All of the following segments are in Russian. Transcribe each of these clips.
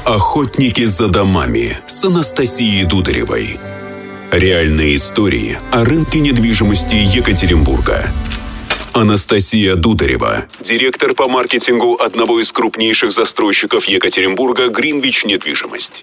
«Охотники за домами» с Анастасией Дударевой. Реальные истории о рынке недвижимости Екатеринбурга. Анастасия Дударева, директор по маркетингу одного из крупнейших застройщиков Екатеринбурга «Гринвич Недвижимость».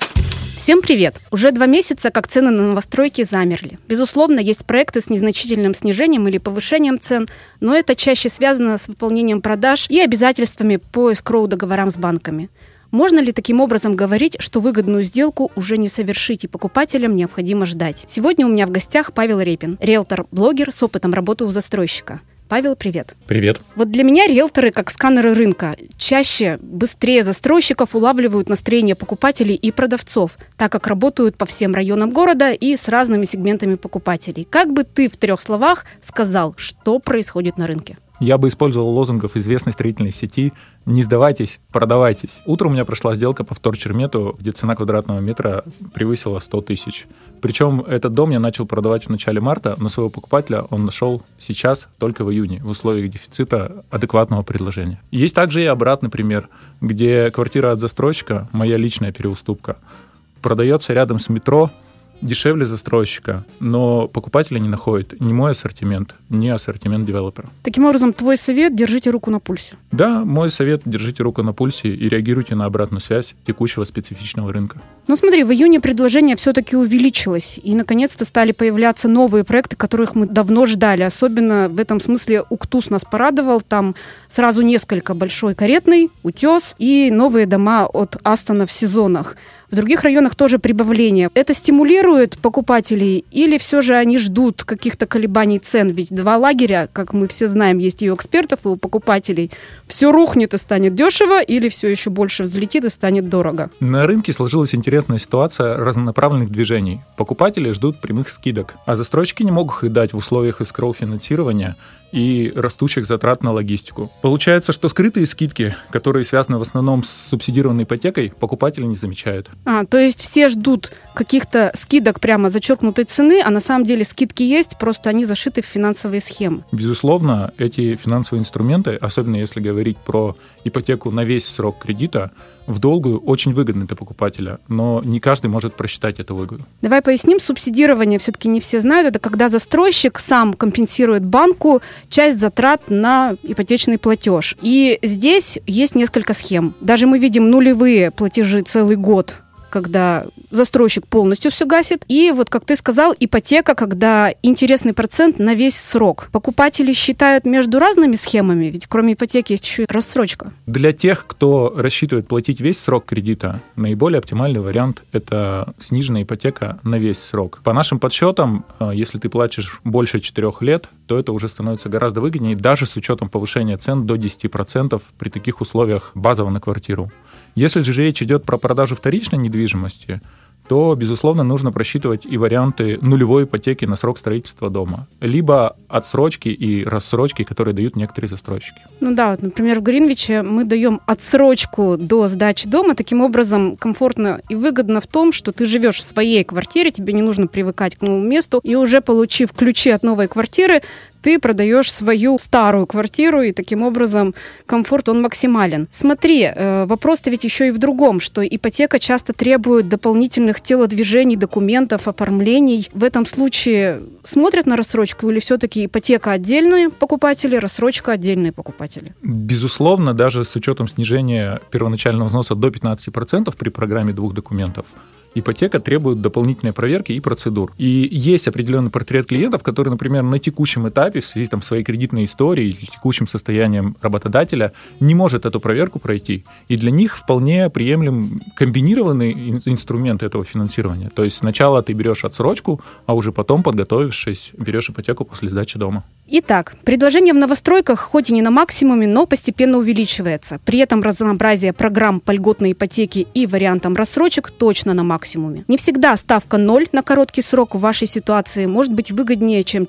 Всем привет! Уже 2 месяца, как цены на новостройки замерли. Безусловно, есть проекты с незначительным снижением или повышением цен, но это чаще связано с выполнением продаж и обязательствами по эскроу-договорам с банками. Можно ли таким образом говорить, что выгодную сделку уже не совершить и покупателям необходимо ждать? Сегодня у меня в гостях Павел Репин, риэлтор-блогер с опытом работы у застройщика. Павел, привет. Привет. Вот для меня риэлторы, как сканеры рынка, чаще, быстрее застройщиков улавливают настроение покупателей и продавцов, так как работают по всем районам города и с разными сегментами покупателей. Как бы ты в 3 словах сказал, что происходит на рынке? Я бы использовал лозунгов известной строительной сети «Не сдавайтесь, продавайтесь». Утром у меня прошла сделка по вторчермету, где цена квадратного метра превысила 100 тысяч. Причем этот дом я начал продавать в начале марта, но своего покупателя он нашел сейчас, только в июне, в условиях дефицита адекватного предложения. Есть также и обратный пример, где квартира от застройщика, моя личная переуступка, продается рядом с метро, дешевле застройщика, но покупателя не находит ни мой ассортимент, ни ассортимент девелопера. Таким образом, твой совет – держите руку на пульсе. Да, мой совет – держите руку на пульсе и реагируйте на обратную связь текущего специфичного рынка. Ну смотри, в июне предложение все-таки увеличилось, и наконец-то стали появляться новые проекты, которых мы давно ждали. Особенно в этом смысле УКТУС нас порадовал. Там сразу несколько: Большой Каретный, Утес и новые дома от Астона в Сезонах. В других районах тоже прибавление. Это стимулирует покупателей или все же они ждут каких-то колебаний цен? Ведь 2 лагеря, как мы все знаем, есть и у экспертов, и у покупателей. Все рухнет и станет дешево, или все еще больше взлетит и станет дорого? На рынке сложилась интересная ситуация разнонаправленных движений. Покупатели ждут прямых скидок, а застройщики не могут их дать в условиях эскроу-финансирования и растущих затрат на логистику. Получается, что скрытые скидки, которые связаны в основном с субсидированной ипотекой, покупатели не замечают. То есть все ждут каких-то скидок прямо зачеркнутой цены, а на самом деле скидки есть, просто они зашиты в финансовые схемы. Безусловно, эти финансовые инструменты, особенно если говорить про ипотеку на весь срок кредита, в долгую очень выгодны для покупателя, но не каждый может просчитать эту выгоду. Давай поясним, субсидирование все-таки не все знают. Это когда застройщик сам компенсирует банку часть затрат на ипотечный платеж. И здесь есть несколько схем. Даже мы видим нулевые платежи целый год, когда застройщик полностью все гасит. И вот, как ты сказал, ипотека, когда интересный процент на весь срок. Покупатели считают между разными схемами, ведь кроме ипотеки есть еще и рассрочка. Для тех, кто рассчитывает платить весь срок кредита, наиболее оптимальный вариант – это сниженная ипотека на весь срок. По нашим подсчетам, если ты платишь больше 4 лет, то это уже становится гораздо выгоднее, даже с учетом повышения цен до 10% при таких условиях базово на квартиру. Если же речь идет про продажу вторичной недвижимости, то, безусловно, нужно просчитывать и варианты нулевой ипотеки на срок строительства дома, либо отсрочки и рассрочки, которые дают некоторые застройщики. Ну да, вот, например, в Гринвиче мы даем отсрочку до сдачи дома. Таким образом, комфортно и выгодно в том, что ты живешь в своей квартире, тебе не нужно привыкать к новому месту, и уже получив ключи от новой квартиры, ты продаешь свою старую квартиру, и таким образом комфорт, он максимален. Смотри, вопрос-то ведь еще и в другом, что ипотека часто требует дополнительных телодвижений, документов, оформлений. В этом случае смотрят на рассрочку или все-таки ипотека отдельные покупатели, рассрочка отдельные покупатели? Безусловно, даже с учетом снижения первоначального взноса до 15% при программе 2 документов, ипотека требует дополнительной проверки и процедур. И есть определенный портрет клиентов, которые, например, на текущем этапе, в связи с своей кредитной историей или текущим состоянием работодателя, не может эту проверку пройти. И для них вполне приемлем комбинированный инструмент этого финансирования. То есть сначала ты берешь отсрочку, а уже потом, подготовившись, берешь ипотеку после сдачи дома. Итак, предложение в новостройках хоть и не на максимуме, но постепенно увеличивается. При этом разнообразие программ по льготной ипотеке и вариантам рассрочек точно на максимуме. Не всегда ставка 0 на короткий срок в вашей ситуации может быть выгоднее, чем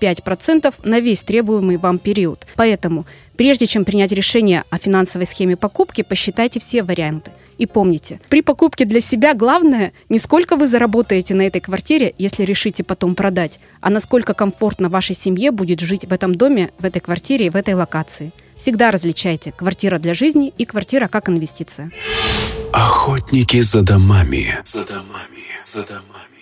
4-5% на весь требуемый вам период. Поэтому, прежде чем принять решение о финансовой схеме покупки, посчитайте все варианты. И помните, при покупке для себя главное не сколько вы заработаете на этой квартире, если решите потом продать, а насколько комфортно вашей семье будет жить в этом доме, в этой квартире и в этой локации. Всегда различайте квартира для жизни и квартира как инвестиция. Охотники за домами. За домами. За домами.